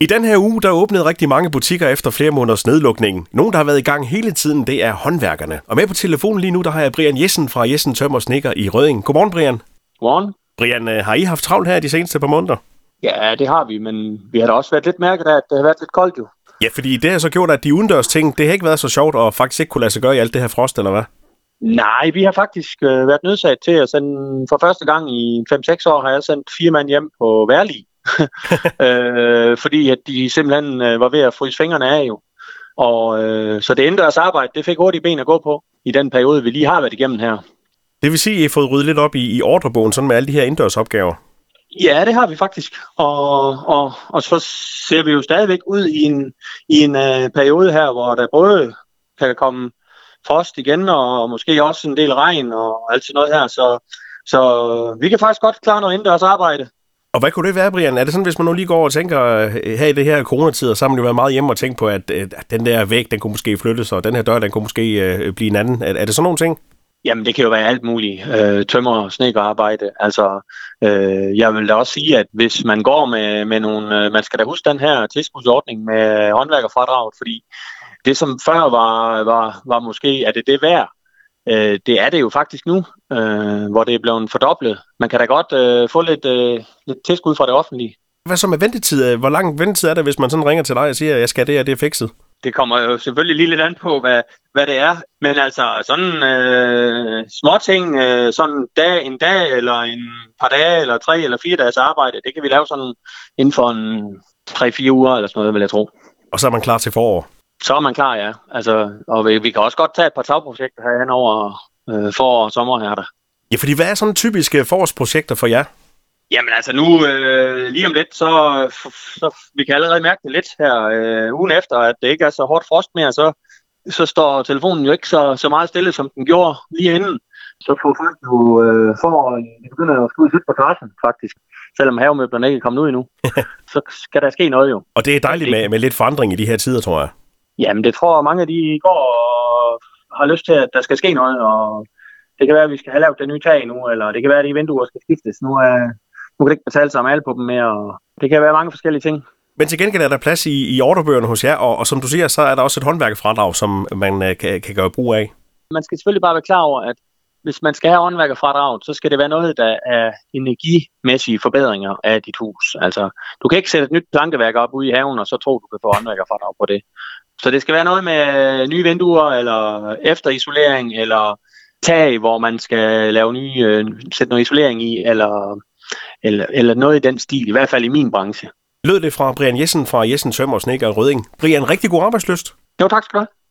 I den her uge, der åbnede rigtig mange butikker efter flere måneders nedlukning. Nogle, der har været i gang hele tiden, det er håndværkerne. Og med på telefonen lige nu, der har jeg Brian Jessen fra Jessen Tømmer Snedker i Rødding. Godmorgen, Brian. Godmorgen. Brian, har I haft travlt her de seneste par måneder? Ja, det har vi, men vi har da også været lidt mærket af, at det har været lidt koldt jo. Ja, fordi det har så gjort, at de udendørs ting, det har ikke været så sjovt og faktisk ikke kunne lade sig gøre i alt det her frost, eller hvad? Nej, vi har faktisk været nødsaget til at sende, for første gang i 5-6 år, har jeg sendt 4 mand hjem på vejrlig. Fordi at de simpelthen var ved at fryse fingrene af jo. Og så det indendørs arbejde, det fik hurtigt ben at gå på i den periode, vi lige har været igennem her. Det vil sige, at I har fået ryddet lidt op i ordrebogen, sådan med alle de her indendørs opgaver? Ja, det har vi faktisk. Og så ser vi jo stadigvæk ud i en periode her, hvor der både kan komme frost igen, og måske også en del regn og alt sådan noget her. Så vi kan faktisk godt klare noget indendørs arbejde. Og hvad kunne det være, Brian? Er det sådan, hvis man nu lige går og tænker, her i det her coronatid, så har man jo været meget hjemme og tænkt på, at den der væg, den kunne måske flyttes, og den her dør, den kunne måske blive en anden. Er det sådan nogle ting? Jamen, det kan jo være alt muligt. Tømmer- og snedkerarbejde. Altså, jeg vil da også sige, at hvis man går med nogle... man skal da huske den her tilskudsordning med håndværkerfradraget, fordi det, som før var måske, er det værd. Det er det jo faktisk nu, hvor det er blevet fordoblet. Man kan da godt få lidt tilskud fra det offentlige. Hvad så med ventetid? Hvor lang ventetid er det, hvis man sådan ringer til dig og siger, at jeg skal det, og det er fikset? Det kommer jo selvfølgelig lige lidt an på, hvad det er. Men altså sådan småting, sådan en dag, eller en par dage, eller 3 eller 4 dages arbejde, det kan vi lave sådan inden for en 3-4 uger, eller sådan noget, vil jeg tro. Og så er man klar til forår? Så er man klar, ja. Altså, og vi kan også godt tage et par tagprojekter herhen over forår og sommer her der. Ja, fordi hvad er sådan typiske forårsprojekter for jer? Jamen altså nu, lige om lidt, så vi kan allerede mærke det lidt her ugen efter, at det ikke er så hårdt frost mere, så står telefonen jo ikke så meget stille, som den gjorde lige inden. Så får folk jo det begynder at skulle ud på terrassen, faktisk. Selvom havemøblerne ikke er kommet ud endnu, så skal der ske noget jo. Og det er dejligt med lidt forandring i de her tider, tror jeg. Jamen det tror jeg, mange af de går og har lyst til, at der skal ske noget, og det kan være, at vi skal have lavet det nye tag nu, eller det kan være, at de vinduer skal skiftes. Nu kan det ikke betale sig at male på dem mere, og det kan være mange forskellige ting. Men til gengæld er der plads i ordrebøgerne hos jer, og som du siger, så er der også et håndværkerfradrag, som man kan gøre brug af. Man skal selvfølgelig bare være klar over, at hvis man skal have håndværkerfradraget, så skal det være noget, der er energimæssige forbedringer af dit hus. Altså, du kan ikke sætte et nyt plankeværk op ude i haven, og så tro, du kan få håndværkerfradrag på det. Så det skal være noget med nye vinduer, eller efterisolering, eller tag, hvor man skal lave sætte noget isolering i, eller noget i den stil, i hvert fald i min branche. Lød det fra Brian Jessen fra Jessen Tømmer Snedker i Rødding. Brian, rigtig god arbejdslyst. Jo, tak skal du have.